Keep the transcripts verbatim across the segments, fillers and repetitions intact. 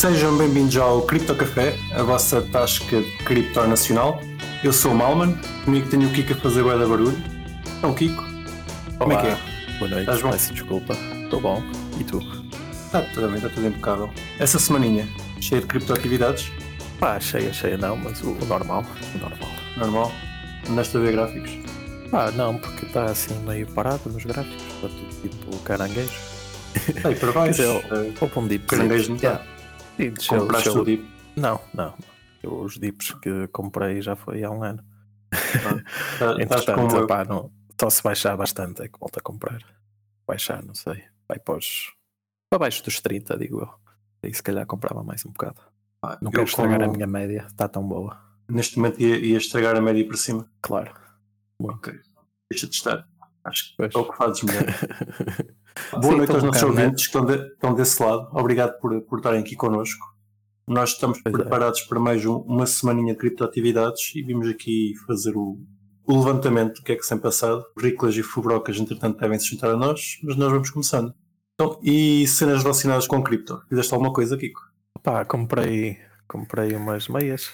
Sejam bem-vindos ao Cripto Café, a vossa tasca de cripto nacional. Eu sou o Malman, comigo tenho o Kiko a fazer bué de barulho. Então, Kiko, como Olá, é que é? boa noite, Estás bom? peço desculpa, estou bom, e tu? Está tudo bem, está tudo impecável. Essa semaninha, cheia de criptoatividades, Pá, cheia, cheia não, mas o, o normal, o normal. normal. Andaste a ver gráficos? Pá, não, porque está assim meio parado nos gráficos, está tudo tipo caranguejo. Aí para Quer baixo, dizer, eh, houve um dip. caranguejo não está. Sim, desceu, Compraste desceu. o dip. Não, não, eu, os dips que comprei já foi há um ano. Tá- Estás Entretanto, como eu. pá, não, só se baixar bastante é que volto a comprar. Baixar, não sei, vai para, os, para baixo dos trinta, digo eu. Aí se calhar comprava mais um bocado. Pá, Não eu quero estragar como a minha média, está tão boa. Neste momento ia, ia estragar a média por cima. Claro. Muito. Ok, deixa de estar. Acho que Pois. é o que fazes melhor. Boa Sim, noite estou aos um nossos bocado, né? ouvintes que estão, de- estão desse lado. Obrigado por, por estarem aqui connosco. Nós estamos Pois é. preparados para mais um- uma semaninha de criptoatividades e vimos aqui fazer o, o levantamento do que é que se tem passado. Riclas e Fubrocas, entretanto, devem se juntar a nós, mas nós vamos começando. Então, e cenas relacionadas com cripto? Fizeste alguma coisa, Kiko? Pá, comprei, comprei umas meias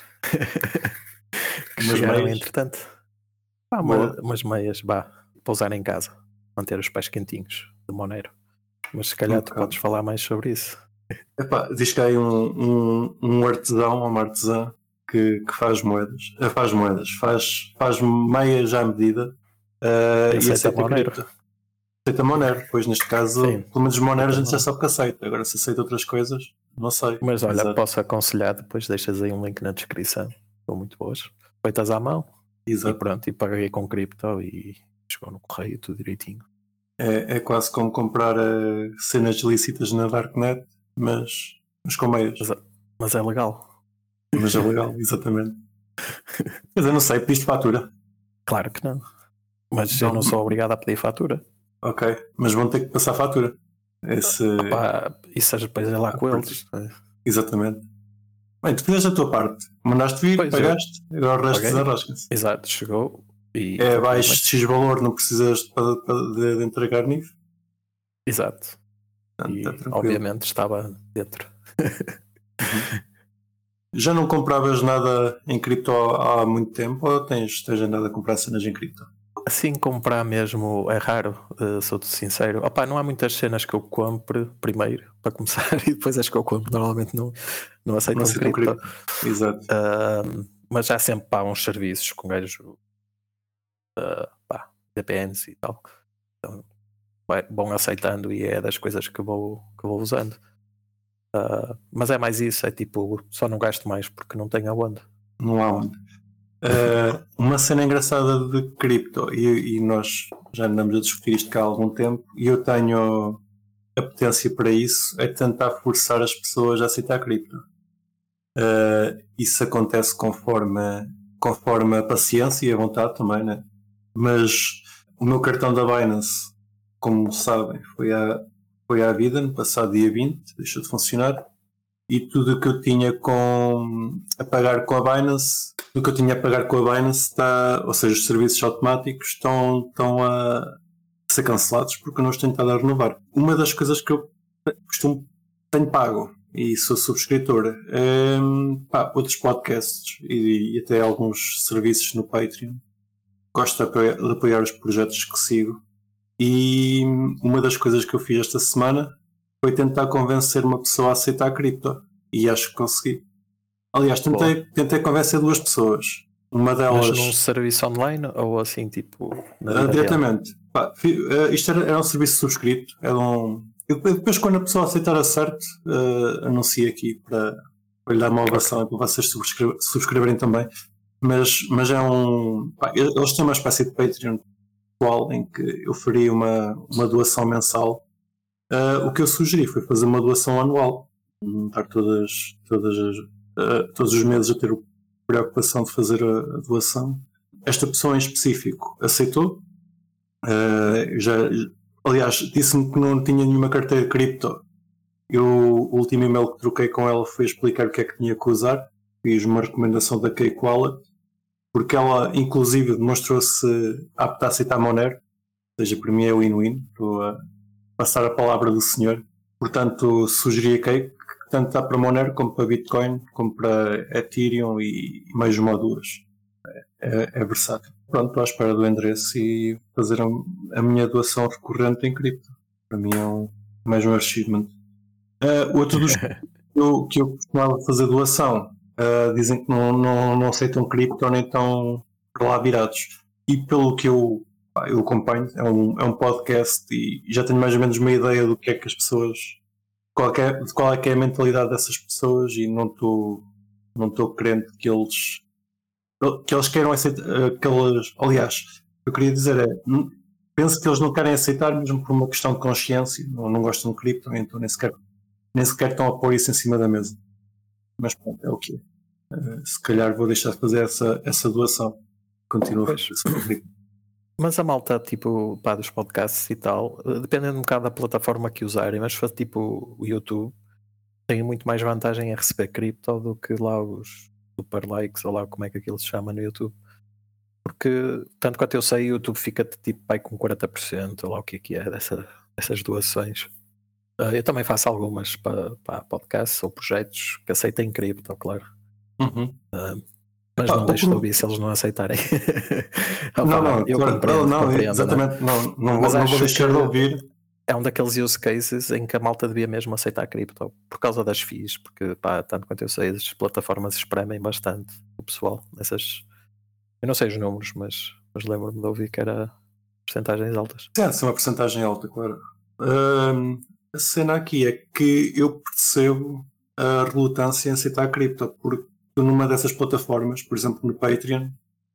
que Umas chegaram meias? entretanto. Pá, uma- Boa. umas meias, vá, para usar em casa, manter os pés quentinhos de Monero. Mas se calhar tu Impecável. podes falar mais sobre isso. Epá, diz que há aí um, um, um artesão, uma artesã que, que faz moedas, eh, faz moedas, faz, faz meias à medida eh, E e aceita aceita Monero? cripto. Aceita Monero, pois neste caso, Sim, pelo menos Monero a gente aceita já sabe que aceita, agora se aceita outras coisas, não sei. Mas olha, Exato. posso aconselhar, depois deixas aí um link na descrição. São muito boas. Feitas à mão. E Exato. pronto, e paguei com cripto e chegou no correio, tudo direitinho. É, é quase como comprar eh, cenas lícitas na Darknet, mas, mas com meias. Mas, mas é legal. Mas é legal, exatamente. Mas eu não sei, pediste fatura. Claro que não. Mas Então- eu não sou obrigado a pedir fatura. Ok, mas vão ter que passar fatura. Esse... Pá, isso depois é lá com eles. Exatamente. Bem, tu fizeste a tua parte. Mandaste vir, Pois, pagaste, agora o resto paguei. desarrasca-se. Exato, chegou e. É tá abaixo tudo de X valor, não precisas de, de- de- de entregar nível. bem. Exato. Portanto, E está tranquilo. obviamente estava dentro. Já não compravas nada em cripto há, há muito tempo ou tens, tens andado a comprar cenas em cripto? Assim, comprar mesmo é raro, uh, sou-te sincero. Opa, não há muitas cenas que eu compre primeiro, para começar, e depois as que eu compro normalmente não, não aceitam Não sei com cripto. cripto. Exato. Uh, mas há sempre pá, uns serviços com gajo uh, pá, V P Ns e tal. Então, vai, vão aceitando e é das coisas que vou, que vou usando. Uh, mas é mais isso, é tipo, só não gasto mais porque não tenho aonde. Não há onde. Uh, uma cena engraçada de cripto, e, e nós já andamos a discutir isto cá há algum tempo, e eu tenho a potência para isso, é tentar forçar as pessoas a aceitar cripto. Uh, isso acontece conforme, conforme a paciência e a vontade também, né? Mas o meu cartão da Binance, como sabem, foi à, foi à vida no passado dia vinte, deixou de funcionar. E tudo o que eu tinha com, a pagar com a Binance, tudo que eu tinha a pagar com a Binance está, ou seja, os serviços automáticos estão, estão a ser cancelados porque eu não estou tentado a renovar. Uma das coisas que eu costumo, tenho pago e sou subscritor é pá, outros podcasts e, e até alguns serviços no Patreon. Gosto de apoiar, de apoiar os projetos que sigo. E uma das coisas que eu fiz esta semana foi tentar convencer uma pessoa a aceitar a cripto. E acho que consegui. Aliás, tentei, tentei convencer duas pessoas. Uma delas. Mas num serviço online ou assim, tipo, na uh, vida real? diretamente. Pá, fi- uh, isto era, era um serviço subscrito. Era um... e depois, depois, quando a pessoa aceitar a certo, uh, anuncio aqui para, para lhe dar uma ovação e para vocês subscre- subscreverem também. Mas, mas é um. Pá, eles têm uma espécie de Patreon pessoal em que eu faria uma, uma doação mensal. Uh, o que eu sugeri foi fazer uma doação anual, não estar todas, todas as, uh, todos os meses a ter a preocupação de fazer a, a doação. Esta pessoa em específico aceitou. Uh, já, aliás, disse-me que não tinha nenhuma carteira de cripto. Eu, o último e-mail que troquei com ela foi explicar o que é que tinha que usar. Fiz uma recomendação da Cake Wallet, porque ela, inclusive, demonstrou-se apta a aceitar Monero. Ou seja, para mim é win-win. Estou a passar a palavra do senhor. Portanto, sugeri a Cake, que tanto dá para Monero como para Bitcoin, como para Ethereum e mais uma ou duas. É, é versátil. Pronto, estou à espera do endereço e fazer a, a minha doação recorrente em cripto. Para mim é um, mais um achievement. Uh, outro dos que eu, que eu costumava fazer doação, uh, dizem que não, não, não aceitam cripto nem estão para lá virados. E pelo que eu, pá, eu acompanho, é um, é um podcast e já tenho mais ou menos uma ideia do que é que as pessoas, qual é, de qual é que é a mentalidade dessas pessoas e não estou não estou crente que eles que eles queiram aceitar, que eles, aliás, eu queria dizer é, penso que eles não querem aceitar mesmo por uma questão de consciência, não, não gostam de cripto, então nem sequer, nem sequer estão a pôr isso em cima da mesa. Mas pronto, é o que é. Uh, se calhar vou deixar de fazer essa, essa doação. Continuo a fazer isso. Mas a malta, tipo, pá, dos podcasts e tal, dependendo um bocado da plataforma que usarem, mas se for tipo o YouTube, tem muito mais vantagem em receber cripto do que lá os super likes, ou lá como é que aquilo se chama no YouTube. Porque, tanto quanto eu sei, o YouTube fica tipo pai com quarenta por cento, ou lá o que é que é dessa, dessas doações. Uh, eu também faço algumas para, para podcasts ou projetos que aceitem cripto, claro. Uhum. Uh, mas ah, não deixo de ouvir se eles não aceitarem. Não, não, não, eu claro, compreendo, não, compreendo, exatamente, não, não, não, mas vou, não vou deixar de ouvir. É um daqueles use cases em que a malta devia mesmo aceitar cripto por causa das fees, porque pá, tanto quanto eu sei, as plataformas espremem bastante o pessoal nessas. Eu não sei os números, mas, mas lembro-me de ouvir que era porcentagens altas. Sim, é uma porcentagem alta, claro. Um, a cena aqui é que eu percebo a relutância em aceitar cripto, porque tu numa dessas plataformas, por exemplo no Patreon,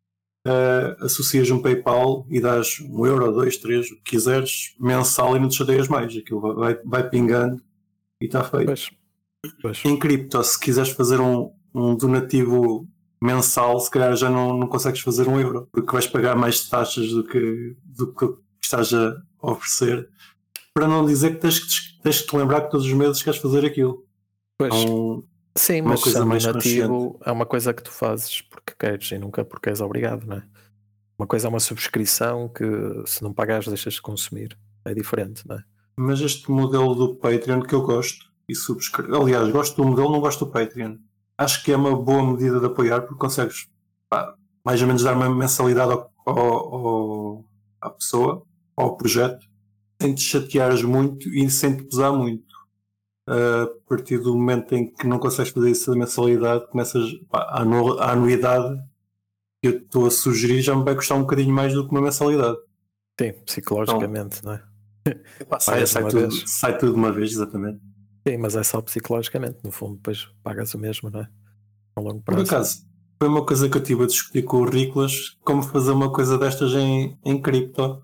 uh, associas um PayPal e dás um euro, dois, três, o que quiseres, mensal e não te chateias mais. Aquilo vai, vai pingando e está feito. Pois, pois. Em cripto, se quiseres fazer um, um donativo mensal, se calhar já não, não consegues fazer um euro, porque vais pagar mais taxas do que, do que estás a oferecer. Para não dizer que tens que, tens que te lembrar que todos os meses queres fazer aquilo. Pois. Então, sim, uma mas coisa mais donativo é uma coisa que tu fazes porque queres e nunca porque és obrigado, não é? Uma coisa é uma subscrição que se não pagares deixas de consumir. É diferente, não é? Mas este modelo do Patreon que eu gosto e subscrevo, aliás, gosto do modelo, não gosto do Patreon. Acho que é uma boa medida de apoiar porque consegues pá, mais ou menos dar uma mensalidade ao, ao, ao, à pessoa, ao projeto, sem te chateares muito e sem te pesar muito. Uh, a partir do momento em que não consegues fazer isso da mensalidade, começas pá, a, anu- a anuidade que eu estou a sugerir já me vai custar um bocadinho mais do que uma mensalidade. Sim, psicologicamente, então, não é? Epá, sai, sai, tudo, sai tudo de uma vez, exatamente. Sim, mas é só psicologicamente, no fundo, depois pagas o mesmo, não é? A longo prazo. Por acaso, foi uma coisa que eu tive a discutir com o Riclas, como fazer uma coisa destas em, em cripto.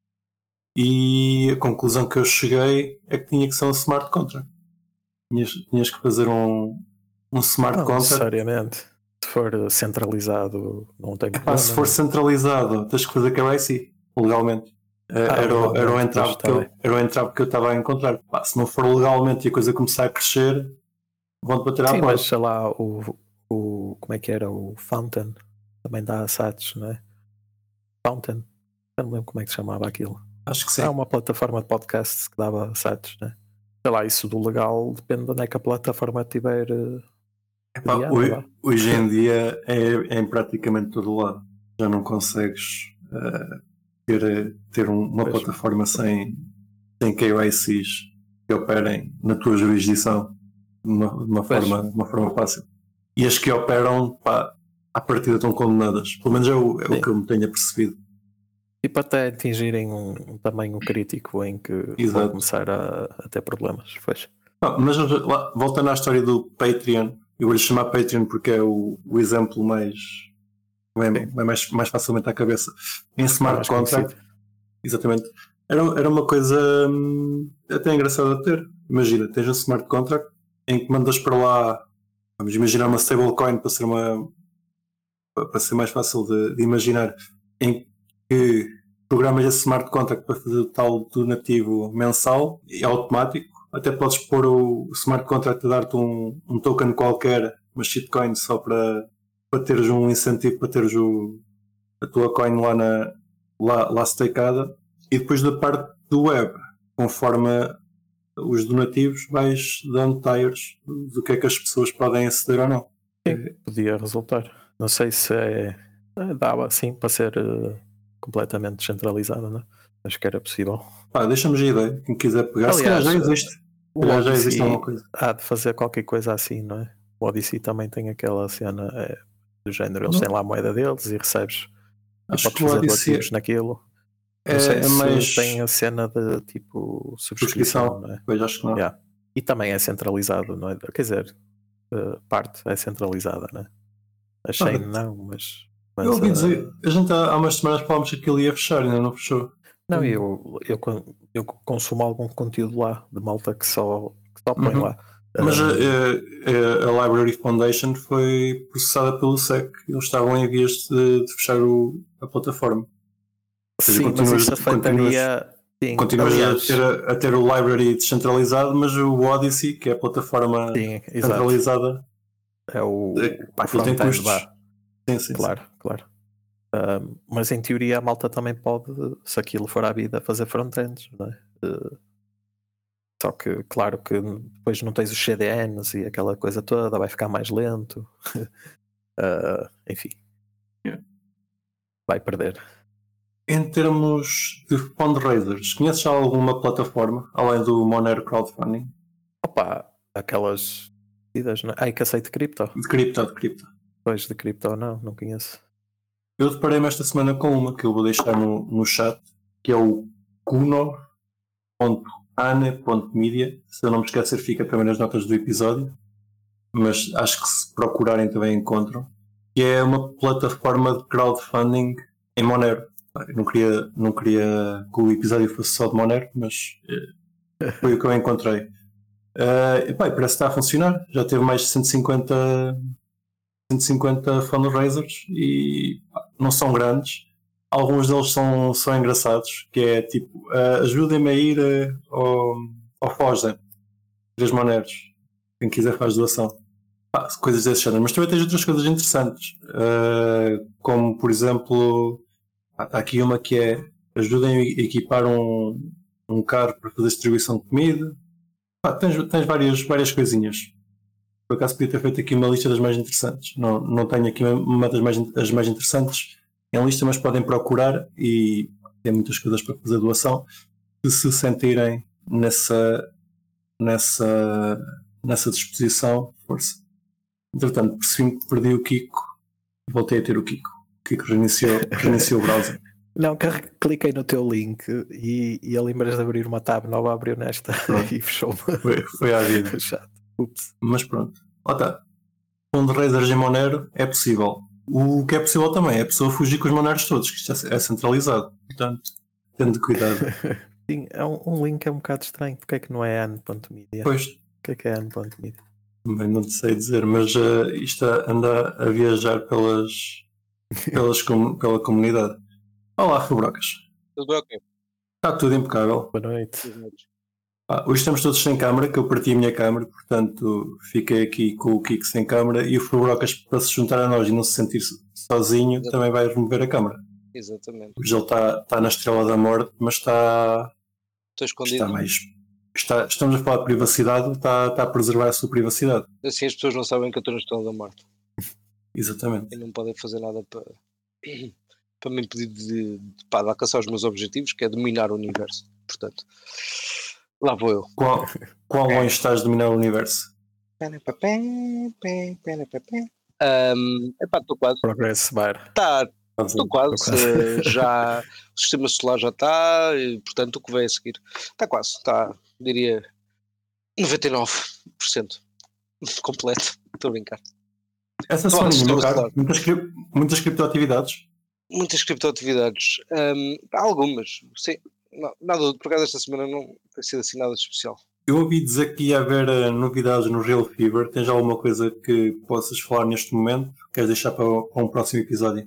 E a conclusão que eu cheguei é que tinha que ser um smart contract. Tinhas, tinhas que fazer um, um smart não, contract. Necessariamente. Se for centralizado, não tem Epá, problema. se for não. centralizado, tens que fazer K Y C legalmente. Ah, era, o, era, o entrave que eu, era o entrave que eu estava a encontrar. Pá, se não for legalmente e a coisa começar a crescer, vão-te bater à Sim, porta. mas sei lá, o, o. Como é que era? O Fountain também dá sats, não é? Fountain. Eu não lembro como é que se chamava aquilo. Acho que sim. Há uma plataforma de podcasts que dava sats, né? Sei lá, isso do legal depende de onde é que a plataforma tiver. Epá, hoje, hoje em dia é, é em praticamente todo lado. Já não consegues uh, ter, ter um, uma pois. plataforma sem, sem K Y Cs que operem na tua jurisdição de uma, de uma, forma, de uma forma fácil. E as que operam, pá, à partida estão condenadas. Pelo menos é o, é o que eu me tenho percebido. Tipo, até atingirem um, um tamanho crítico em que Exato. Vão começar a, a ter problemas. Pois. Não, mas lá, voltando à história do Patreon, eu vou-lhe chamar Patreon porque é o, o exemplo mais, é, mais, mais facilmente à cabeça. Em smart é contract, conhecido. Exatamente, era, era uma coisa hum, até engraçada de ter. Imagina, tens um smart contract em que mandas para lá, vamos imaginar uma stablecoin para ser uma para ser mais fácil de, de imaginar, em que programas esse smart contract para fazer o tal donativo mensal e automático. Até podes pôr o smart contract a dar-te um, um token qualquer, uma shitcoin, só para, para teres um incentivo para teres o, a tua coin lá, na, lá, lá stakeada. E depois da parte do web, conforme os donativos, vais dando tires do que é que as pessoas podem aceder ou não. Sim, podia resultar. Não sei se é, é dava assim para ser uh, completamente descentralizado, né? Acho que era possível. Pá, deixamos a ideia. Quem quiser pegar, se calhar Aliás, já existe. Se o calhar já existe Odyssey alguma coisa. há de fazer qualquer coisa assim, não é? O Odyssey também tem aquela cena é, do género, eles Não. têm lá a moeda deles e recebes e Acho podes que o fazer Odyssey doativos naquilo. é, Não sei é se mais tem a cena de tipo subscrição, subscrição. não é? Pois acho que não. Yeah. E também é centralizado, não é? Quer dizer, uh, parte é centralizada, não é? A Chain Olha, não, mas. eu mas ouvi dizer, uh, a gente há, há umas semanas falámos que aquilo ia fechar, ainda não fechou. não, Hum. eu, eu, con- eu consumo algum conteúdo lá de malta que só, que só põe Uhum. lá. Mas a, Um, a- a Library Foundation foi processada pelo S E C. Eles estavam em vias de, de fechar o- a plataforma. Ou seja, sim, mas continuas, isso continuas, afetaria. Sim, continuas a, aliás, ter, a, a ter o Library descentralizado, mas o Odyssey, que é a plataforma sim, exato. centralizada, É o, é, o pá, aquilo tem front-end, custos. vá. Sim, sim, sim. Claro, claro. Um, mas em teoria a malta também pode, se aquilo for à vida, fazer front-ends, não é? Uh, só que, claro que depois não tens os C D Ns e aquela coisa toda, vai ficar mais lento. Uh, enfim, Yeah. vai perder. Em termos de fundraisers, conheces já alguma plataforma, além do Monero Crowdfunding? Opa, aquelas idas, não é? Ai, que aceito cripto? De cripto, de cripto. Pois de cripto não, não conheço. Eu deparei-me esta semana com uma que eu vou deixar no, no chat, que é o kuno ponto ane ponto media. Se eu não me esquecer, fica também nas notas do episódio, mas acho que se procurarem também encontram. Que é uma plataforma de crowdfunding em Monero. Eu não queria, não queria que o episódio fosse só de Monero, mas eh, foi o que eu encontrei. Uh, e, pá, parece que está a funcionar. Já teve mais de cento e cinquenta, cento e cinquenta fundraisers e pá, não são grandes. Alguns deles são, são engraçados, que é tipo, uh, ajudem-me a ir uh, ao, ao Foz, três moneros. Quem quiser faz doação. Pá, coisas desse género. Mas também tens outras coisas interessantes, uh, como por exemplo, há aqui uma que é ajudem a equipar um, um carro para fazer distribuição de comida. Pá, tens, tens várias, várias coisinhas. Por acaso podia ter feito aqui uma lista das mais interessantes. Não, não tenho aqui uma das mais, as mais interessantes em lista, mas podem procurar e tem muitas coisas para fazer doação se se sentirem nessa, nessa, nessa disposição, força. Entretanto, percebi que perdi o Kiko e voltei a ter o Kiko. O Kiko reiniciou, reiniciou o browser. Não, cliquei no teu link e, e a lembras de abrir uma tab nova, abriu nesta e fechou-me. Foi, foi à vida. Ups. Mas pronto. Ó tá. Fundraisers em Monero é possível. O que é possível também é a pessoa fugir com os Moneros todos, que isto é centralizado. Portanto, tendo cuidado. Sim, é um, um link é um bocado estranho. Porque é que não é ane.media? Pois. O que é que é ane.media? Também não te sei dizer, mas uh, isto anda a viajar pelas, pelas com, pela comunidade. Olá, Fubrocas. Tudo bem, ok? Está tudo impecável. Boa noite. Ah, hoje estamos todos sem câmara, que eu parti a minha câmara, portanto fiquei aqui com o Kiko sem câmara e o Fubrocas, para se juntar a nós e não se sentir sozinho, Exatamente. também vai remover a câmara. Exatamente. Hoje ele está, está na Estrela da Morte, mas está, Estou escondido. está mais... Está, estamos a falar de privacidade, está, está a preservar a sua privacidade. Assim as pessoas não sabem que eu estou na Estrela da Morte. Exatamente. E não podem fazer nada para, para me impedir de, de, pá, de alcançar os meus objetivos, que é dominar o universo. Portanto, lá vou eu. Qual, qual longe estás de dominar o universo? Um, epá, estou quase. Progress bar. Tá, estou quase. quase. Já, o sistema solar já está, e, portanto o que vem a seguir está quase, está, diria, noventa e nove por cento completo. Estou a brincar. Essa são muitas, cri- muitas criptoatividades? Muitas criptoatividades. Um, algumas, sim. Não, nada, por acaso esta semana não tem sido assim nada de especial. Eu ouvi dizer que ia haver uh, novidades no Real Fever. Tens alguma coisa que possas falar neste momento? Queres deixar para, para um próximo episódio?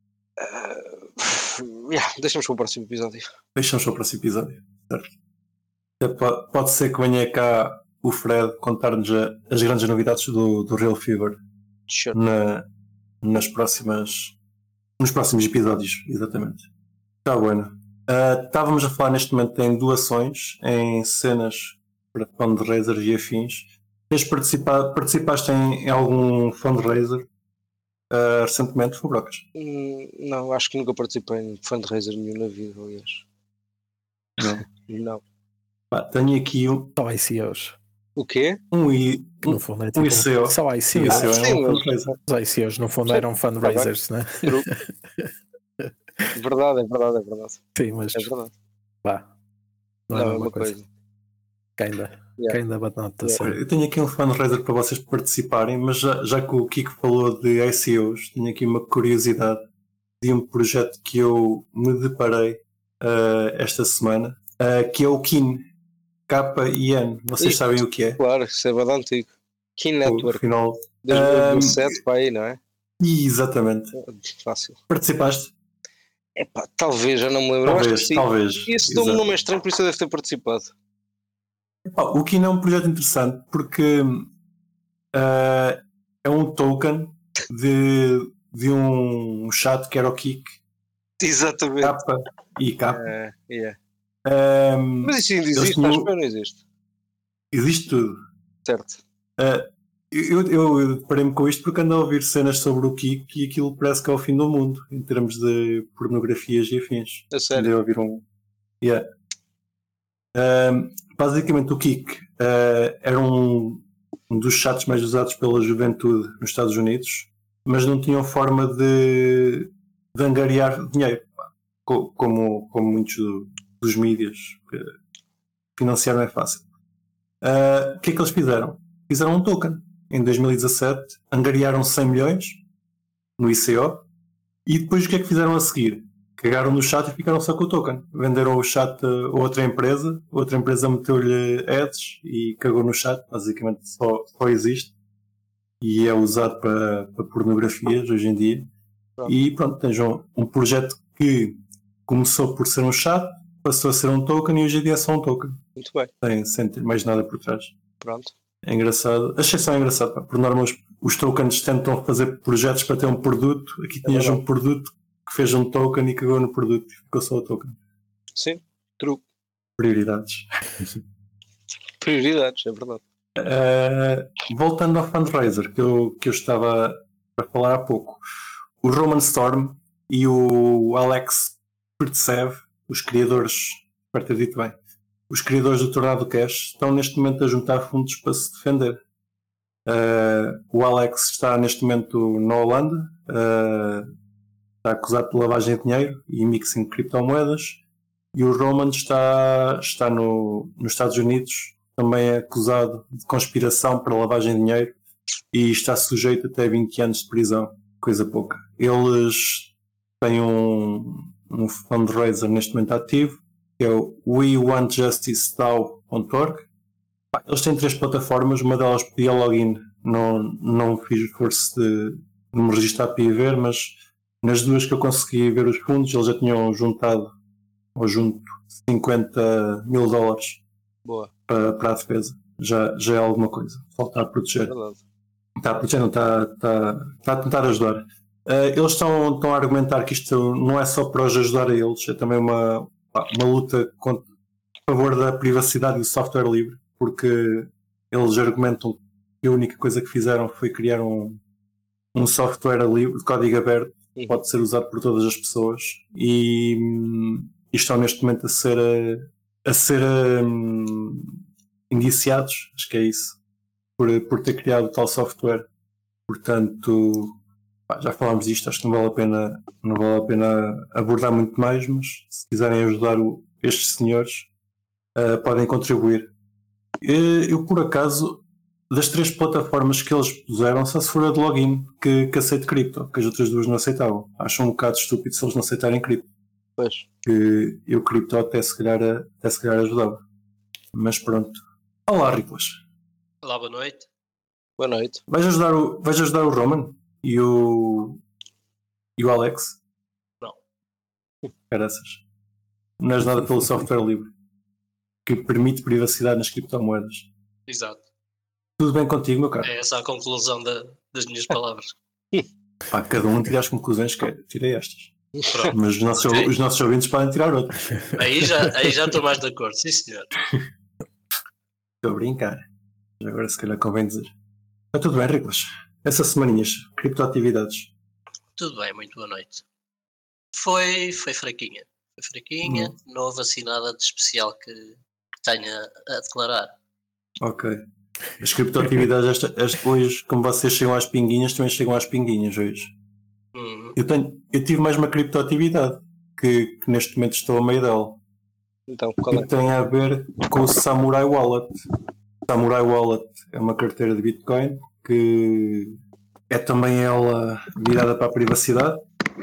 Uh, yeah, deixamos para o próximo episódio. Deixamos para o próximo episódio, certo? Pode, pode ser que venha cá o Fred contar-nos as grandes novidades do, do Real Fever sure. na, nas próximas, nos próximos episódios, exatamente. Está bueno. Uh, estávamos a falar neste momento em doações, em cenas para fundraisers e afins. Tens participado, participaste em, em algum fundraiser uh, recentemente, Fubrocas? Hum, não, acho que nunca participei em fundraiser nenhum na vida, aliás. Não. Não. Pá, tenho aqui um. Só I C Os. O quê? Um, I, Que um, no fundo é um tipo, I C O. só I C Um I C O Os. é sim, um mas- fundraiser. Os I C Os no fundo Sim, eram fundraisers, né? True. Verdade, é verdade, é verdade. Sim, mas É verdade. pá, não, Não, é a é mesma uma coisa. coisa. Kinda, Yeah. kinda, but not the Yeah. same. Eu tenho aqui um fundraiser para vocês participarem, mas já, já que o Kiko falou de I C Os, tenho aqui uma curiosidade de um projeto que eu me deparei uh, esta semana, uh, que é o Kin, K I N. Vocês Ih. sabem o que é? Claro, isso é bastante antigo. Key O Network, final. desde dois mil e Um, sete para aí, não é? Exatamente. Fácil. Participaste? Epá, talvez, já não me lembro. Eu acho que Talvez, sim. talvez. Esse nome Exato. não é estranho, por isso eu devo ter participado. Epá, o Kin é um projeto interessante porque uh, é um token de, de um chat que era o Kik, Exatamente. K e K. É, yeah. Um, Mas isso ainda Eles existe, tinham- acho que não existe. existe tudo. Certo. Uh, eu, eu deparei-me com isto porque ando a ouvir cenas sobre o Kik e aquilo parece que é o fim do mundo em termos de pornografias e afins. A sério. Andei a ouvir um. Yeah. Um, basicamente, o Kik uh, era um, um dos chats mais usados pela juventude nos Estados Unidos, mas não tinham forma de, de angariar dinheiro, pá, co- como, como muitos do- dos mídias. que Financiar não é fácil. Uh, o que é que eles fizeram? Fizeram um token. Em dois mil e dezassete, angariaram cem milhões no I C O e depois o que é que fizeram a seguir? Cagaram no chat e ficaram só com o token. Venderam o chat a outra empresa, outra empresa meteu-lhe ads e cagou no chat. Basicamente só, só existe e é usado para, para pornografias hoje em dia. Pronto. E pronto, tens um, um projeto que começou por ser um chat, passou a ser um token e hoje em dia é só um token. Muito bem. Sem, sem ter mais nada por trás. Pronto. É engraçado. Achei só engraçado. Pá. Por norma, os, os tokens tentam fazer projetos para ter um produto. Aqui tinhas verdade. um produto que fez um token e cagou no produto e ficou só o token. Sim. True. Prioridades. Prioridades, é verdade. Uh, voltando ao fundraiser que eu, que eu estava a falar há pouco. O Roman Storm e o Alex Pertsev, os criadores, espero ter dito bem, os criadores do Tornado Cash, estão neste momento a juntar fundos para se defender. Uh, o Alex está neste momento na Holanda, uh, está acusado de lavagem de dinheiro e mixing de criptomoedas, e o Roman está, está no, nos Estados Unidos, também é acusado de conspiração para lavagem de dinheiro e está sujeito até vinte anos de prisão, coisa pouca. Eles têm um, um fundraiser neste momento ativo, que é o we want justice dao ponto org. Eles têm três plataformas, uma delas pedia login, não, não fiz esforço de, de me registrar para ir ver, mas nas duas que eu consegui ver os fundos, eles já tinham juntado ou junto cinquenta mil dólares Boa. para, para a defesa. Já, já é alguma coisa. Só está a É proteger. verdade. Está a proteger, não está, está, está a tentar ajudar. Uh, eles estão, estão a argumentar que isto não é só para os ajudar a eles, é também uma, uma luta contra, a favor da privacidade e do software livre, porque eles argumentam que a única coisa que fizeram foi criar um, um software livre, de código aberto, que pode ser usado por todas as pessoas, e, e estão neste momento a ser, a, a ser um, indiciados, acho que é isso, por, por ter criado tal software. Portanto, pá, já falámos disto, acho que não vale a pena, não vale a pena abordar muito mais, mas se quiserem ajudar o, estes senhores, uh, podem contribuir. Eu, eu, por acaso, das três plataformas que eles puseram, só se for a de login que, que aceite cripto, que as outras duas não aceitavam. Acho um bocado estúpido se eles não aceitarem cripto. Pois. Que eu cripto até se calhar, até se calhar ajudava. Mas pronto. Olá, Riclas. Olá, boa noite. Boa noite. Vais ajudar o, vais ajudar o Roman e o, e o Alex? Não. Caraças. Não és nada pelo software livre que permite privacidade nas criptomoedas. Exato. Tudo bem contigo, meu caro? É essa a conclusão da, das minhas palavras. Pá, cada um tira as conclusões que quer. Tirei estas. Pronto. Mas os nossos, Ok. os nossos ouvintes podem tirar outras. Aí já, aí já estou mais de acordo, sim senhor. Estou a brincar. Agora se calhar convém dizer. Está tudo bem, Riclas? Essas semaninhas, criptoatividades. Tudo bem, muito boa noite. Foi, foi fraquinha. Foi fraquinha, Hum. não houve assim nada de especial que, que tenha a declarar. Ok. As criptoatividades esta, esta, hoje, como vocês chegam às pinguinhas, também chegam às pinguinhas hoje. Uhum. Eu, tenho, eu tive mais uma criptoatividade que, que neste momento estou a meio dela. Então, qual é? Que tem a ver com o Samurai Wallet. Samurai Wallet é uma carteira de Bitcoin que é também ela virada para a privacidade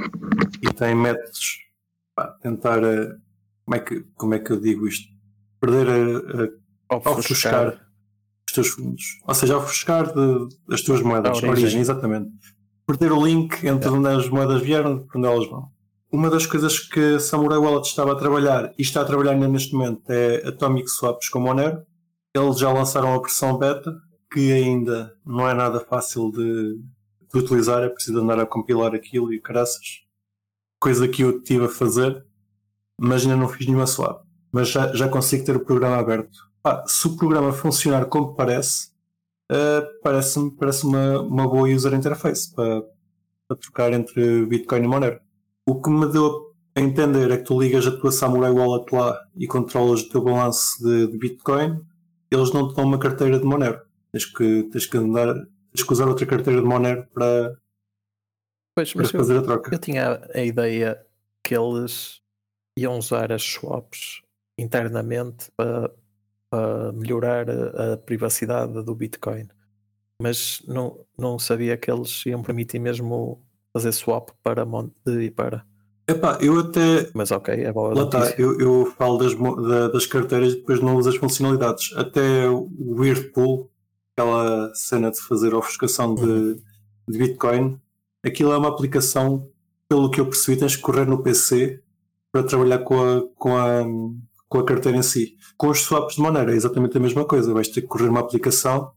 e tem métodos para tentar, uh, como é que, como é que eu digo isto? Perder a, a ofuscar. ofuscar os teus fundos. Ou seja, ofuscar de, as tuas moedas. A origem. origem, exatamente. Perder o link entre é. onde as moedas vieram e onde elas vão. Uma das coisas que a Samurai Wallet estava a trabalhar e está a trabalhar ainda neste momento é Atomic Swaps com Monero. Eles já lançaram a versão beta, que ainda não é nada fácil de, de utilizar, é preciso andar a compilar aquilo e caraças. Coisa que eu estive a fazer, mas ainda não fiz nenhuma swap. Mas já, já consigo ter o programa aberto. Ah, se o programa funcionar como parece, uh, parece-me parece uma, uma boa user interface para, para trocar entre Bitcoin e Monero. O que me deu a entender é que tu ligas a tua Samurai Wallet lá e controlas o teu balanço de, de Bitcoin. Eles não te dão uma carteira de Monero. Tens que, tens que, andar, tens que usar outra carteira de Monero para, pois, para fazer eu, a troca. Eu tinha a ideia que eles iam usar as swaps internamente para, para melhorar a, a privacidade do Bitcoin. Mas não, não sabia que eles iam permitir mesmo fazer swap para e para. Epá, eu até. Mas ok, é boa lá notícia. Tá, eu, eu falo das, da, das carteiras e depois não uso as funcionalidades. Até o Whirlpool, aquela cena de fazer ofuscação de, uhum. de Bitcoin, aquilo é uma aplicação, pelo que eu percebi, tens que correr no P C para trabalhar com a, com a, com a carteira em si. Com os swaps de Monero é exatamente a mesma coisa. Vais ter que correr uma aplicação,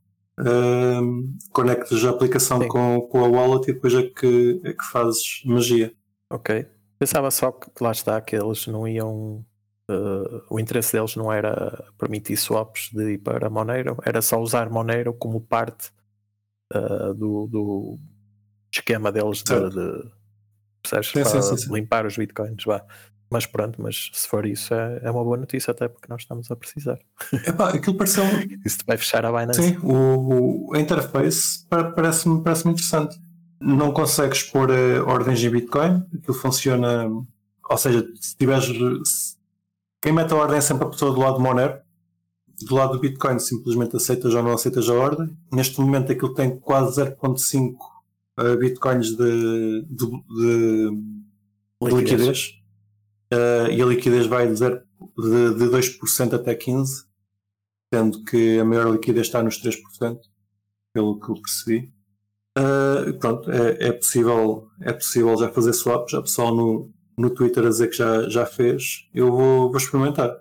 um, conectas a aplicação com, com a wallet e depois é que, é que fazes magia. Ok. Pensava só que lá está, que eles não iam. Uh, o interesse deles não era permitir swaps de ir para Monero, era só usar Monero como parte uh, do, do esquema deles de, de, percebes, sim, para sim, sim, sim. limpar os bitcoins. Vá. Mas pronto, mas se for isso é, é uma boa notícia, até porque nós estamos a precisar. Epá, aquilo pareceu. Isso vai fechar a Binance. Sim, o, o a interface parece-me parece interessante. Não consegues pôr uh, ordens em Bitcoin, aquilo funciona, ou seja, se tiveres, se, quem mete a ordem é sempre a pessoa do lado do Monero, do lado do Bitcoin simplesmente aceitas ou não aceitas a ordem. Neste momento aquilo tem quase zero vírgula cinco uh, Bitcoins de, de, de, de liquidez, uh, e a liquidez vai de, zero, de, de dois por cento até quinze por cento, sendo que a maior liquidez está nos três por cento, pelo que eu percebi. Uh, pronto, é, é, possível, é possível já fazer swaps. Já pessoal no, no Twitter a dizer que já, já fez. Eu vou, vou experimentar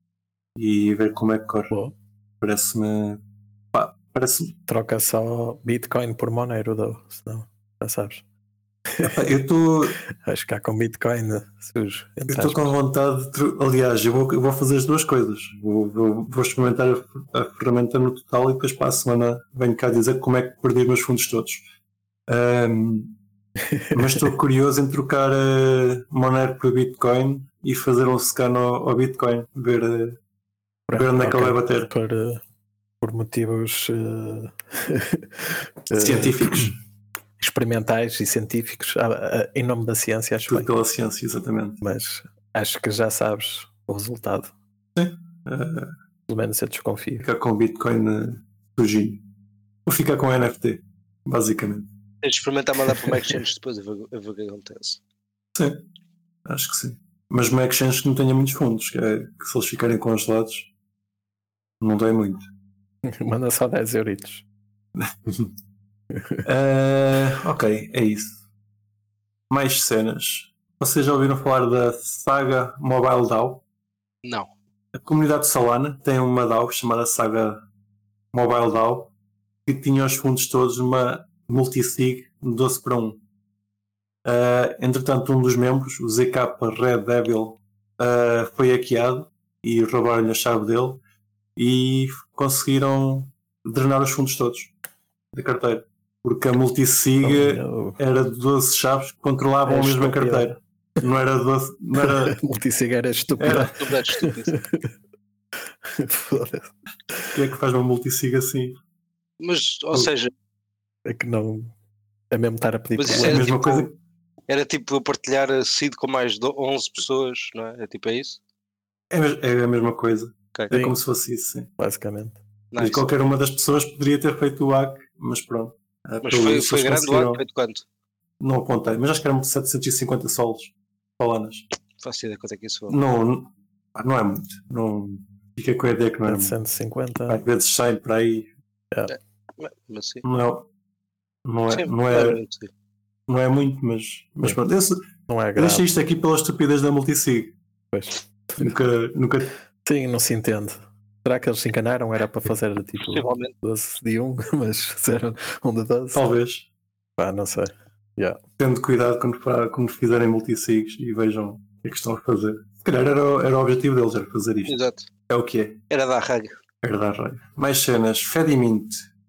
e ver como é que corre. Boa. Parece-me. Pá, parece-me. Troca só Bitcoin por Monero, though, senão já sabes. Epá, eu estou. Acho que há com Bitcoin sujo. Eu estou com vontade de. Aliás, eu vou, eu vou fazer as duas coisas. Vou, vou, vou experimentar a, a ferramenta no total e depois para a semana venho cá dizer como é que perdi os meus fundos todos. Um, mas estou curioso em trocar uh, Monero por Bitcoin e fazer um scan ao, ao Bitcoin, ver, uh, Pronto, ver onde é que okay. ele vai bater. Por, uh, por motivos uh, científicos. Experimentais e científicos, em nome da ciência, acho Tudo bem. pela ciência, exatamente. Mas acho que já sabes o resultado. Sim. Uh, Pelo menos eu desconfio. Ficar com Bitcoin uh, sujinho. Ou ficar com N F T, basicamente. Tens de experimentar mandar para uma exchange depois, eu ver o que acontece. Sim, acho que sim. Mas uma exchange que não tenha muitos fundos, que, é, que se eles ficarem congelados, não dói muito. Manda só dez euritos. uh, ok, é isso. Mais cenas. Vocês já ouviram falar da Saga Mobile DAO? Não. A comunidade de Solana tem uma DAO chamada Saga Mobile DAO que tinha os fundos todos numa multisig doze para um. Uh, entretanto, um dos membros, o Z K Red Devil, uh, foi hackeado e roubaram-lhe a chave dele. e conseguiram drenar os fundos todos da carteira. Porque a multisig Oh, era de doze chaves que controlavam É a mesma estúpido. carteira. Não era doze. Não era. Multisig era estúpido. Era. Completo estúpido. Foda-se. O que é que faz uma multisig assim? Mas, ou seja, É que não. É mesmo estar a pedir Mas É isso a era mesma tipo- coisa. era tipo eu partilhar a seed com mais de onze pessoas, não é? É tipo é isso? É, mes- é a mesma coisa. Ok. É Sim. como se fosse isso, sim. Basicamente. E Nice. qualquer uma das pessoas poderia ter feito o hack, mas pronto. Ah, Mas pelo foi, visto, foi eles grande o conseguiram- ato, feito quanto? Não apontei, mas acho que eram setecentos e cinquenta solos polanas. Faço ideia quanto é que isso foi. Não, não, ah, não é muito. Não, fica com a ideia que não é muito. setecentos e cinquenta. Às vezes sai para aí. Mas sim. Não é, não é, Sim, não era é, muito, sim. não é muito, mas, mas Sim. pronto. Eu, se- Não é eu deixei grave. isto aqui pela estupidez da multisig. Pois. Nunca, nunca. Sim, não se entende. Será que eles se enganaram? Era para fazer tipo Possivelmente. doze de um, mas fizeram um de doze? Talvez. Pá, não sei. Tendo cuidado quando, fa- quando fizerem multisigs e vejam o que é que estão a fazer. Se calhar era, o- era o objetivo deles, era fazer isto. Exato. É o que é. Era da rag. Era dar raio. Mais cenas. Fedimint.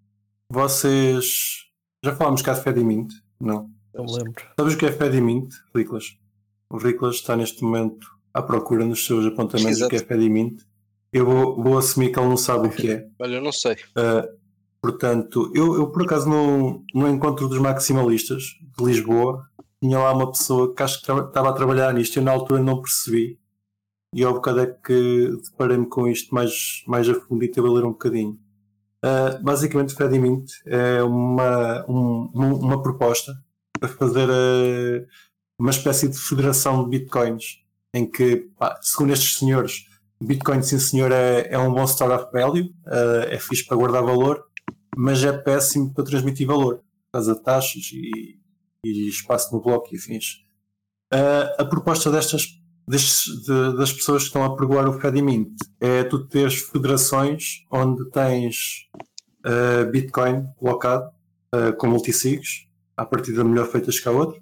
Vocês. Já falámos cá de Fedimint? Não. Não me lembro. Sabes o que é Fedimint, Riclas? O Riclas está neste momento à procura nos seus apontamentos do que é Fedimint. Eu vou, vou assumir que ele não sabe o que é. Olha, eu não sei. Uh, portanto, eu, eu por acaso no, no encontro dos maximalistas de Lisboa tinha lá uma pessoa que acho que tra- estava a trabalhar nisto e eu na altura não percebi. E ao bocado é que deparei-me com isto mais, mais a fundo e teve a ler um bocadinho. Uh, basicamente, Fedimint é uma, um- uma proposta para fazer uh, uma espécie de federação de bitcoins em que, pá, segundo estes senhores, Bitcoin, sim senhor, é, é um bom store of value, uh, é fixe para guardar valor, mas é péssimo para transmitir valor, por causa de taxas e, e espaço no bloco e afins. Uh, a proposta destas, destes, de, das pessoas que estão a pregoar o Fedimint é tu teres federações onde tens uh, Bitcoin colocado uh, com multisigs, à partida melhor feitas que a outra.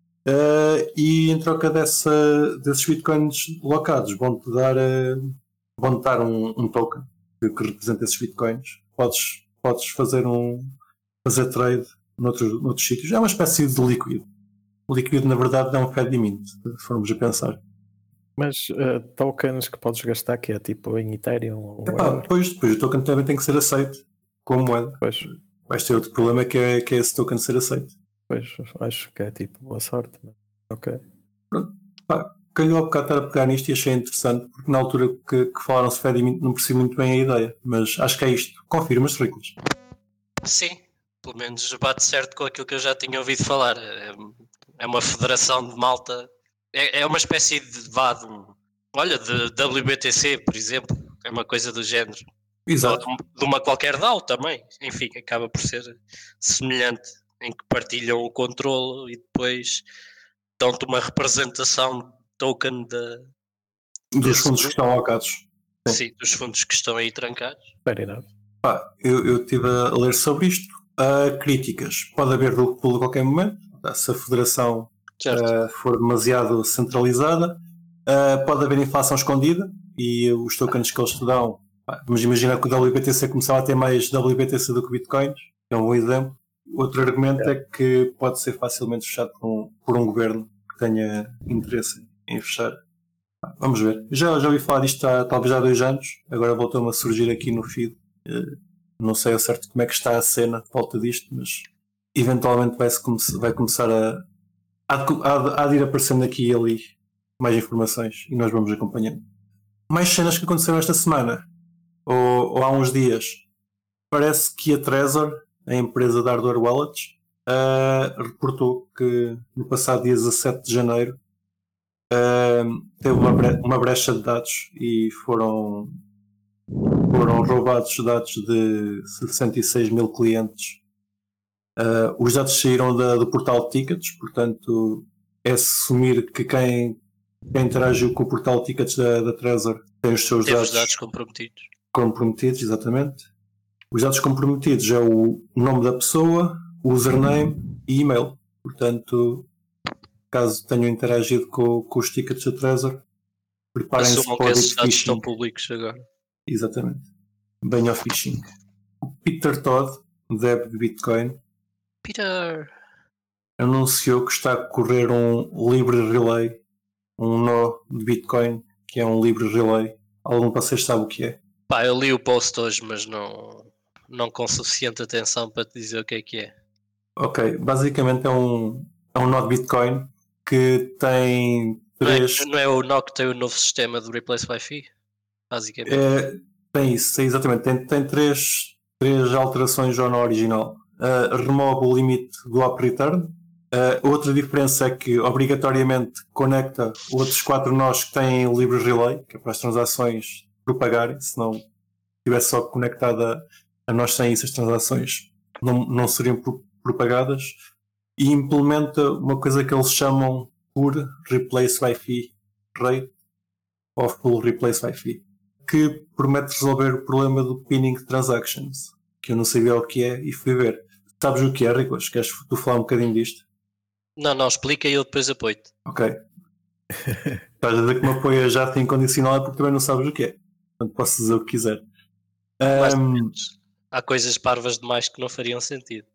Uh, e em troca dessa, desses bitcoins locados vão-te dar, uh, vão dar um, um token que, que representa esses bitcoins. Podes, podes fazer um fazer trade noutros, noutros sítios. É uma espécie de líquido. O líquido, na verdade, é um Fedimint, se formos a pensar. Mas uh, tokens que podes gastar, que é tipo em Ethereum ou Epá, whatever. depois, depois o token também tem que ser aceito como moeda. Pois, Vais ter outro problema que é, que é esse token ser aceito. pois, acho que é tipo boa sorte. Mas... Ok. Pá, calhou há bocado estar a pegar nisto e achei interessante, porque na altura que, que falaram-se de Fedimint não percebi muito bem a ideia, mas acho que é isto. Confirmas, Ricos? Sim, pelo menos bate certo com aquilo que eu já tinha ouvido falar. É, é uma federação de malta, é, é uma espécie de, vá, de um, olha, de W B T C, por exemplo, é uma coisa do género. Exato. Ou de uma qualquer D A O também, enfim, acaba por ser semelhante, em que partilham o controle e depois dão-te uma representação token de, Dos desse fundos que grupo. estão alocados. Sim. Sim, dos fundos que estão aí trancados. Fair enough. Pá, eu, eu estive a ler sobre isto. Uh, críticas. Pode haver duplo a qualquer momento. Se a federação Certo. uh, for demasiado centralizada, uh, pode haver inflação escondida e os tokens que eles te dão. Pá, vamos imaginar que o W B T C começava a ter mais W B T C do que Bitcoins. É um bom exemplo. Outro argumento é, é que pode ser facilmente fechado por um, por um governo que tenha interesse em fechar. Pá, vamos ver. Já, já ouvi falar disto há talvez há dois anos. Agora voltou-me a surgir aqui no feed. Uh, Não sei ao certo como é que está a cena de volta disto, mas eventualmente vai, -se come vai começar a. Há de, há, há de ir aparecendo aqui e ali mais informações e nós vamos acompanhando. Mais cenas que aconteceram esta semana, ou, ou há uns dias. Parece que a Trezor, a empresa de hardware wallets, uh, reportou que no passado dia dezassete de janeiro uh, teve uma, bre uma brecha de dados e foram. Foram roubados dados de sessenta e seis mil clientes. Uh, os dados saíram da, do portal de tickets, portanto, é assumir que quem, quem interagiu com o portal de tickets da, da Trezor tem os seus Teve dados, os dados comprometidos. comprometidos, exatamente. Os dados comprometidos é o nome da pessoa, o username e e-mail. Portanto, caso tenham interagido com, com os tickets da Trezor, preparem-se Assumam para que o esses dados estão phishing. públicos agora. Exatamente. bem ao phishing. O Peter Todd, da app de Bitcoin, Peter anunciou que está a correr um Libre Relay, um nó de Bitcoin, que é um Libre Relay. Algum de vocês sabe o que é? Pá, eu li o post hoje, mas não, não com suficiente atenção para te dizer o que é que é. Ok, basicamente é um, é um nó de Bitcoin que tem três... Não é, não é o nó que tem o novo sistema do Replace by Fee? Basicamente. É, tem isso, é exatamente. Tem, tem três, três alterações ao nó original. Uh, remove o limite do op return. Uh, outra diferença é que obrigatoriamente conecta outros quatro nós que têm o Libre Relay, que é para as transações propagarem, se não estivesse só conectada a nós sem isso, as transações não, não seriam pro, propagadas, e implementa uma coisa que eles chamam por Replace by Fee Rate, ou Full Replace by Fee, que promete resolver o problema do pinning transactions, que eu não sabia o que é e fui ver. Sabes o que é, Ricos? Queres tu falar um bocadinho disto? Não, não, explica e eu depois apoio-te. Ok. Estás a dizer que me apoia já assim incondicional é porque também não sabes o que é. Portanto, posso dizer o que quiser. Mais ou Um, menos. Há coisas parvas demais que não fariam sentido.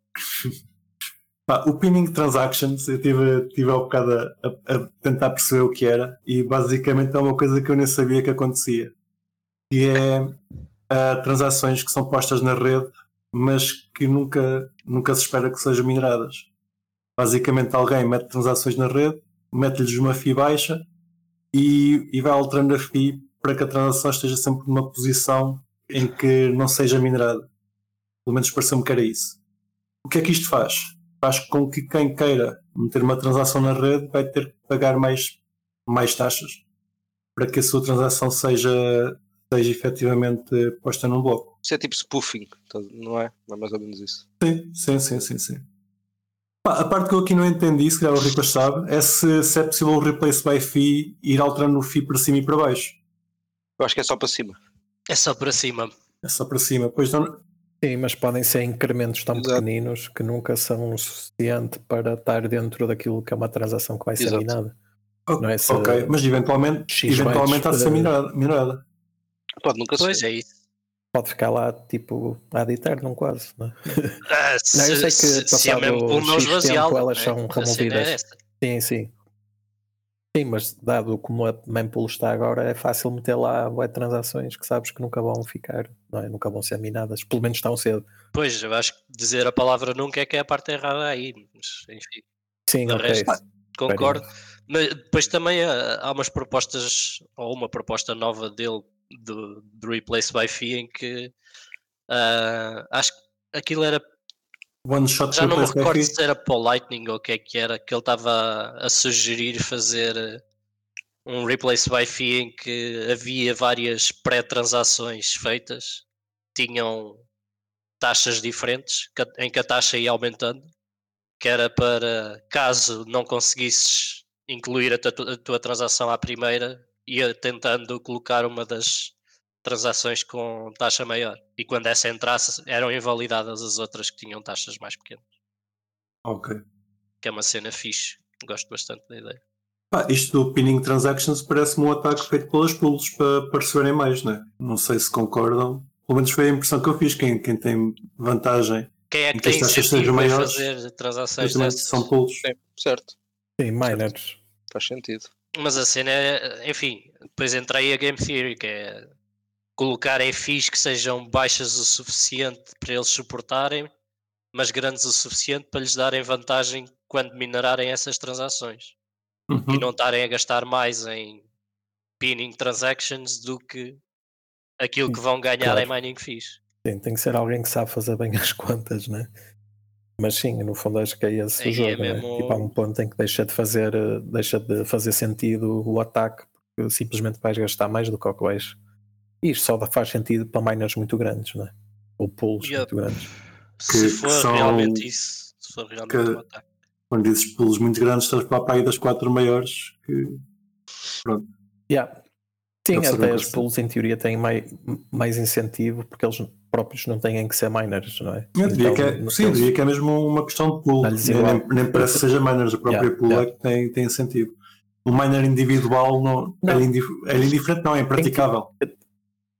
pá, o pinning transactions, eu estive tive há bocado a, a, a tentar perceber o que era e basicamente é uma coisa que eu nem sabia que acontecia. Que é uh, transações que são postas na rede, mas que nunca, nunca se espera que sejam mineradas. Basicamente alguém mete transações na rede, mete-lhes uma fee baixa e, e vai alterando a fee para que a transação esteja sempre numa posição em que não seja minerada. Pelo menos pareceu-me que era isso. O que é que isto faz? Faz com que quem queira meter uma transação na rede vai ter que pagar mais, mais taxas para que a sua transação seja, seja efetivamente posta num bloco. Isso é tipo spoofing, não é? Não é mais ou menos isso. Sim, sim, sim, sim, sim. Pá, a parte que eu aqui não entendi, se calhar o Rico sabe, é se, se é possível o Replace by Fee ir alterando o fee para cima e para baixo. Eu acho que é só para cima. É só para cima. É só para cima. Pois não... Sim, mas podem ser incrementos tão Exato. pequeninos que nunca são o suficiente para estar dentro daquilo que é uma transação que vai ser Exato. minada. O- Não é se- ok, mas eventualmente, X eventualmente há de ser bytes, minerada. minerada. Pode nunca Pois ser. é isso. Pode ficar lá tipo ad eternum quase, não é? Ah, Não, eu se, sei que se, se é mesmo passado por não X esvaziá-lo, tempo elas né? são A cena removidas. é essa. Sim, sim. Sim, mas dado como a mempool está agora, é fácil meter lá web transações que sabes que nunca vão ficar, não é? Nunca vão ser minadas, pelo menos tão cedo. Pois, eu acho que dizer a palavra nunca é que é a parte errada aí. Mas, enfim, Sim, de ok. resto, concordo. Mas depois também há, há umas propostas, ou uma proposta nova dele do, do Replace by Fee em que ah, acho que aquilo era, One shot já não me replace by recordo fee. se era para o Lightning ou o que é que era, que ele estava a sugerir fazer um Replace by Fee em que havia várias pré-transações feitas, tinham taxas diferentes, que- em que a taxa ia aumentando, que era para, caso não conseguisses incluir a, tu- a tua transação à primeira, ia tentando colocar uma das transações com taxa maior. E quando essa entrasse, eram invalidadas as outras que tinham taxas mais pequenas. Ok. Que é uma cena fixe. Gosto bastante da ideia. Pá, isto do pinning transactions parece-me um ataque feito pelas pools para, para receberem mais, não é? Não sei se concordam. Pelo menos foi a impressão que eu fiz. Quem, quem tem vantagem Quem é em que que as tem taxas incentivo sejam a maiores, fazer transações exatamente, dessas? são pools. Sim, certo. Sim, miners. Faz sentido. Mas a cena é, enfim, depois entra aí a Game Theory, que é colocarem fees que sejam baixas o suficiente para eles suportarem, mas grandes o suficiente para lhes darem vantagem quando minerarem essas transações. Uhum. E não estarem a gastar mais em pinning transactions do que aquilo que vão ganhar Claro. em mining fees. Sim, tem que ser alguém que sabe fazer bem as contas, né? Mas sim, no fundo acho que é esse Aí o jogo, é né? mesmo- Tipo, há um ponto em que deixa de fazer, eh, deixa de fazer sentido o ataque, porque simplesmente vais gastar mais do que o que vais. E isto só faz sentido para miners muito grandes, né? Ou pools Yep. muito grandes. Se Que- que for são- realmente isso, se for realmente que- um ataque. Quando dizes pools muito grandes, estás para a paia das quatro maiores. Que... Pronto. Yeah. Sim, Deve ser até bem as pools em teoria têm mais, mais incentivo porque eles próprios não têm que ser miners, não é? Eu diria Então, que é, no- sim, eu eles- diria que é mesmo uma questão de pool. Dá-lhes Nem, igual. nem, nem parece que seja miners, a própria Yeah, pool yeah. é que tem, tem incentivo. O miner individual não, Não. É, indif, é indiferente, não, é impraticável.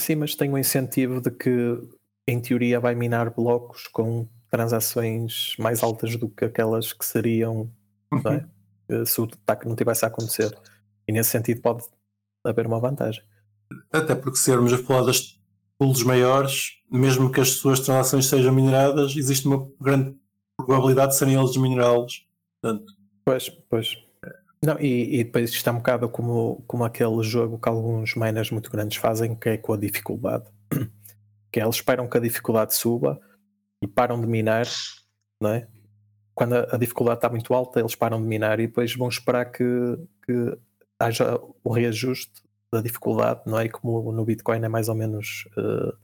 sim, mas tem um incentivo de que, em teoria, vai minar blocos com transações mais altas do que aquelas que seriam, não é? Se o ataque não tivesse a acontecer. E nesse sentido pode haver uma vantagem. Até porque se formos a falar das pools maiores, mesmo que as suas transações sejam mineradas, existe uma grande probabilidade de serem eles desminerá-los. Portanto, Pois, pois. Não, e, e depois isto é um bocado como, como aquele jogo que alguns miners muito grandes fazem, que é com a dificuldade. Que é, eles esperam que a dificuldade suba e param de minar, não é? Quando a, a dificuldade está muito alta, eles param de minar e depois vão esperar que, que haja o reajuste da dificuldade, não é? E como no Bitcoin é mais ou menos uh,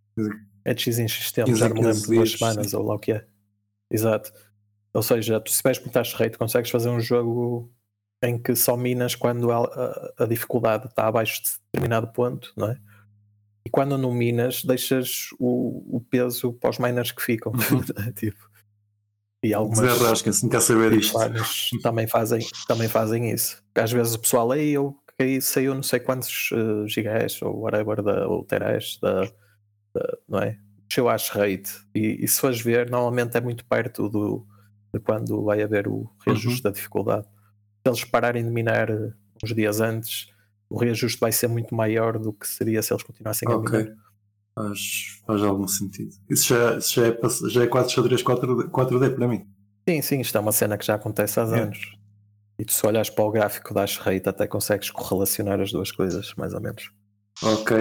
é de X em X tempo, já não me lembro de duas semanas ou lá o que é. Exato. Ou seja, tu se tiveres muito taxa rate, consegues fazer um jogo em que só minas quando a, a, a dificuldade está abaixo de determinado ponto, não é? E quando não minas, deixas o, o peso para os miners que ficam. Uhum. Tipo, e algumas desarrasquem-se, não quer saber disto. Também fazem, também fazem isso. Às vezes o pessoal aí eu caí, saiu não sei quantos uh, gigahash ou whatever, da, ou terahash, da, da, não é? Deixou hash rate. E, e se fores ver, normalmente é muito perto do, de quando vai haver o reajuste uhum. da dificuldade. Se eles pararem de minar uns dias antes, o reajuste vai ser muito maior do que seria se eles continuassem okay. a minar. Faz, faz algum sentido. Isso já, isso já, é, já é quatro xadrez quatro D para mim. Sim, sim, isto é uma cena que já acontece há é. anos. E tu, se olhares para o gráfico da hash rate, até consegues correlacionar as duas coisas, mais ou menos. Ok.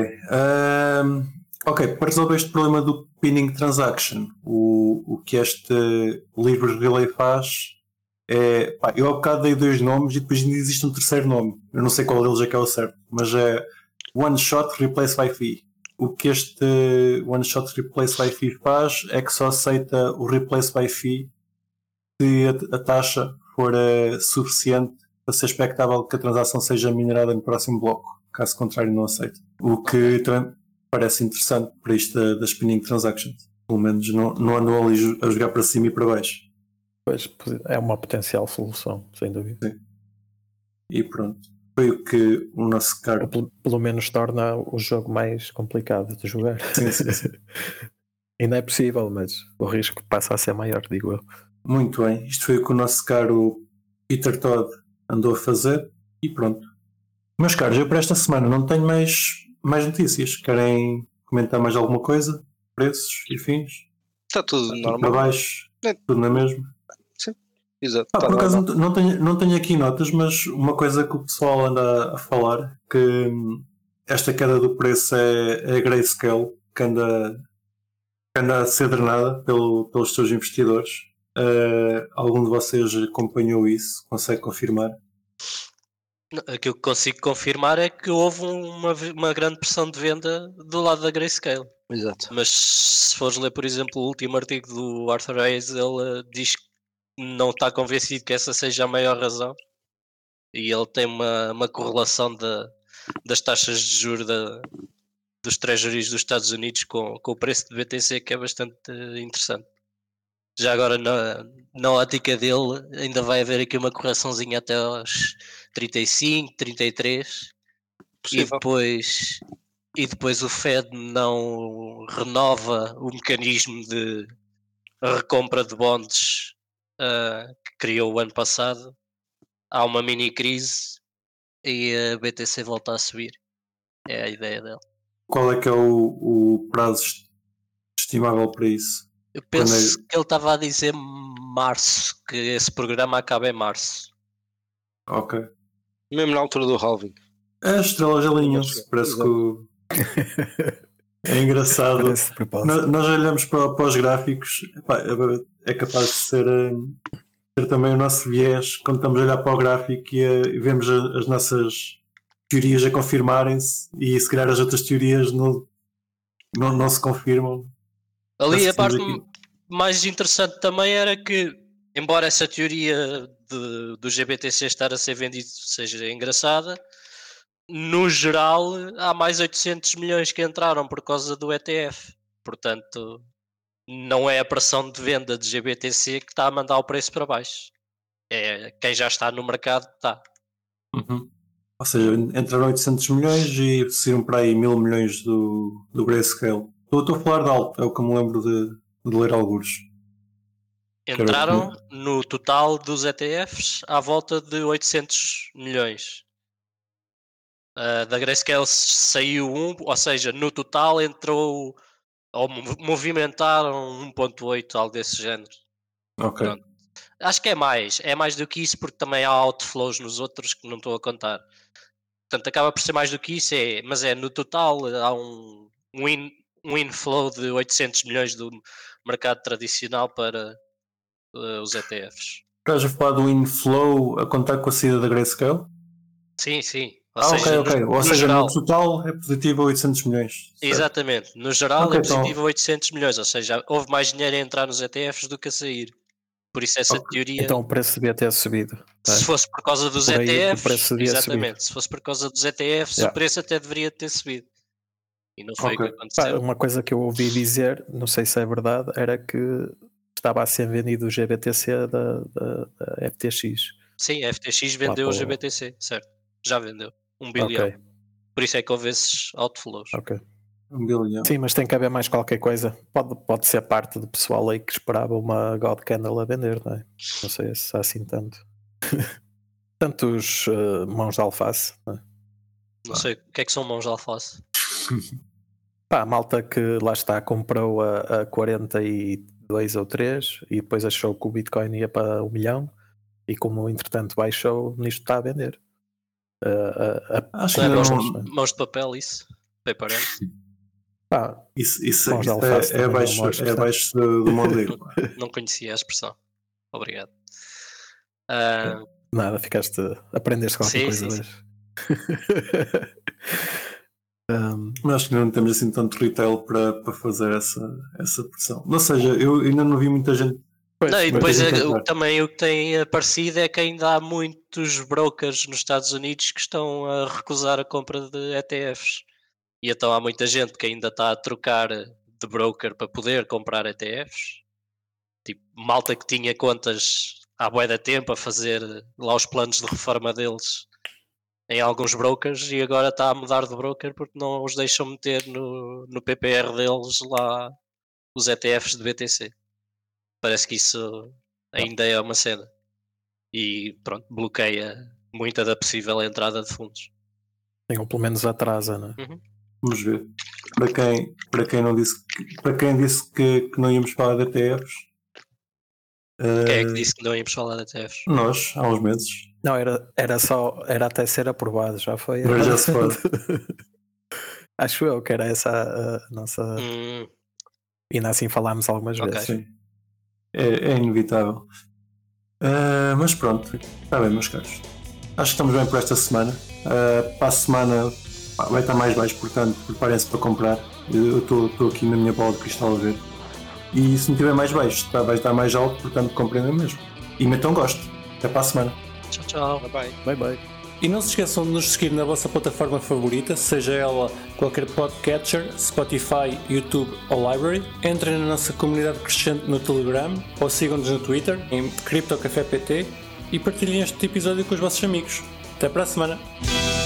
Um, ok, para resolver este problema do pinning transaction, o, o que este Libre Relay faz é. Pá, eu há bocado dei dois nomes e depois ainda existe um terceiro nome. Eu não sei qual deles é que é o certo, mas é One Shot Replace by Fee. O que este One Shot Replace by Fee faz é que só aceita o Replace by Fee se a, a taxa for uh, suficiente para ser expectável que a transação seja minerada no próximo bloco. Caso contrário, não aceita. O que também parece interessante para isto da, das spinning transactions. Pelo menos não, não andam ali a jogar para cima e para baixo. Pois, é uma potencial solução, sem dúvida. Sim. E pronto. Foi o que o nosso caro... Pelo, pelo menos torna o jogo mais complicado de jogar. Sim, sim, sim. Ainda é possível, mas o risco passa a ser maior, digo eu. Muito bem. Isto foi o que o nosso caro Peter Todd andou a fazer. E pronto. Meus caros, eu para esta semana não tenho mais, mais notícias. Querem comentar mais alguma coisa? Preços e fins? Está tudo Está normal. Para baixo? É. Tudo na mesma? Sim. Exato. Ah, por acaso não, não, tenho, não tenho aqui notas, mas uma coisa que o pessoal anda a falar, que hum, esta queda do preço é, é a Grayscale, que anda, que anda a ser drenada pelo, pelos seus investidores. Uh, algum de vocês acompanhou isso? Consegue confirmar? Aquilo que consigo confirmar é que houve uma, uma grande pressão de venda do lado da Grayscale. Exato. Mas se fores ler, por exemplo, o último artigo do Arthur Hayes, ele uh, diz que não está convencido que essa seja a maior razão, e ele tem uma, uma correlação de, das taxas de juros da, dos treasuries dos Estados Unidos com, com o preço de B T C, que é bastante interessante. Já agora na, na ótica dele ainda vai haver aqui uma correçãozinha até aos trinta e cinco, trinta e três. Possível. E depois, e depois o Fed não renova o mecanismo de recompra de bonds Uh, que criou o ano passado. Há uma mini crise e a B T C volta a subir. É a ideia dele. Qual é que é o, o prazo estimável para isso? Eu penso é... que ele estava a dizer março, que esse programa acaba em março. Ok. Mesmo na altura do halving. As estrelas alinham-se. Parece que o... é engraçado. nós, nós olhamos para, para os gráficos. Epá, é capaz de ser, ser também o nosso viés quando estamos a olhar para o gráfico e, a, e vemos a, as nossas teorias a confirmarem-se e se calhar as outras teorias não, não, não se confirmam. Ali a parte aqui. mais interessante também era que, embora essa teoria de, do G B T C estar a ser vendido seja engraçada, no geral há mais oitocentos milhões que entraram por causa do E T F. Portanto, não é a pressão de venda de G B T C que está a mandar o preço para baixo. É quem já está no mercado está. Uhum. Ou seja, entraram oitocentos milhões e saíram para aí mil milhões do, do Grayscale. Estou, estou a falar de alto, é o que me lembro de, de ler alguns. Entraram no total dos E T Fs à volta de oitocentos milhões. Uh, da Grayscale saiu um, ou seja, no total entrou ou movimentaram um ponto oito, algo desse género. Ok. Pronto. Acho que é mais, é mais do que isso, porque também há outflows nos outros que não estou a contar. Portanto, acaba por ser mais do que isso, é, mas é no total há um, um, in, um inflow de oitocentos milhões do mercado tradicional para uh, os E T Fs. Estás a falar do inflow a contar com a saída da Grayscale? Sim, sim. Ou ah, seja, ok, ok. No, Ou no seja, geral, no total é positivo a oitocentos milhões. Certo? Exatamente. No geral okay, é positivo então... a oitocentos milhões, ou seja, houve mais dinheiro a entrar nos E T Fs do que a sair. Por isso essa okay. teoria... Então o preço devia ter subido. Tá? Se fosse por causa dos por E T Fs, exatamente. Subir. Se fosse por causa dos E T Fs, yeah. o preço até deveria ter subido. E não foi okay. o que aconteceu. Pá, uma coisa que eu ouvi dizer, não sei se é verdade, era que estava a ser vendido o G B T C da, da, da F T X. Sim, a F T X vendeu o G B T C, certo. Já vendeu. Um bilhão. Okay. Por isso é que houve esses outflows. Ok. Um bilhão. Sim, mas tem que haver mais qualquer coisa. Pode, pode ser parte do pessoal aí que esperava uma God Candle a vender, não é? Não sei se há assim tanto. Tantos uh, mãos de alface. Não, é? Não sei, o que é que são mãos de alface? Pá, a malta que lá está comprou a, a quarenta e dois ou três e depois achou que o Bitcoin ia para um milhão e como entretanto baixou, nisto está a vender. Uh, uh, uh, Acho que não é mãos, não... mãos de papel isso? Paper Pá, isso, isso, mãos isso de alface é, é abaixo, é abaixo do, do modelo. Não conhecia a expressão. Obrigado. Uh... Nada, ficaste, aprendeste qualquer sim, coisa sim, hoje. um, Mas acho que não temos assim tanto retail para, para fazer essa, essa pressão. Ou seja, eu ainda não vi muita gente. Pois, não, e depois é, o, também o que tem aparecido é que ainda há muitos brokers nos Estados Unidos que estão a recusar a compra de E T Fs. E então há muita gente que ainda está a trocar de broker para poder comprar E T Fs. Tipo, malta que tinha contas há bué de tempo a fazer lá os planos de reforma deles em alguns brokers e agora está a mudar de broker porque não os deixam meter no, no P P R deles lá os E T Fs de B T C. Parece que isso ainda é uma cena. E pronto, bloqueia muita da possível entrada de fundos. Tem ou pelo menos atrasa, não é? Uhum. Vamos ver. Para quem, para quem não disse que, para quem disse que, que não íamos falar de E T Fs. Quem uh, é que disse que não íamos falar de E T Fs? Nós, há uns meses. Não, era, era só, era até ser aprovado, já foi. Mas já se pode. Acho eu que era essa a, a nossa. Hum. E ainda assim falámos algumas okay. vezes. Sim. É, é inevitável. Uh, mas pronto, está bem, meus caros. Acho que estamos bem por esta semana. Uh, para a semana pá, vai estar mais baixo, portanto, preparem-se para comprar. Eu estou aqui na minha bola de cristal a ver. E se não tiver mais baixo, tá, vai estar mais alto, portanto, compreendem mesmo. E metam gosto. Até para a semana. Tchau, tchau. Bye bye. Bye bye. E não se esqueçam de nos seguir na vossa plataforma favorita, seja ela qualquer podcatcher, Spotify, YouTube ou Library. Entrem na nossa comunidade crescente no Telegram ou sigam-nos no Twitter em CryptoCafé P T e partilhem este episódio com os vossos amigos. Até para a semana!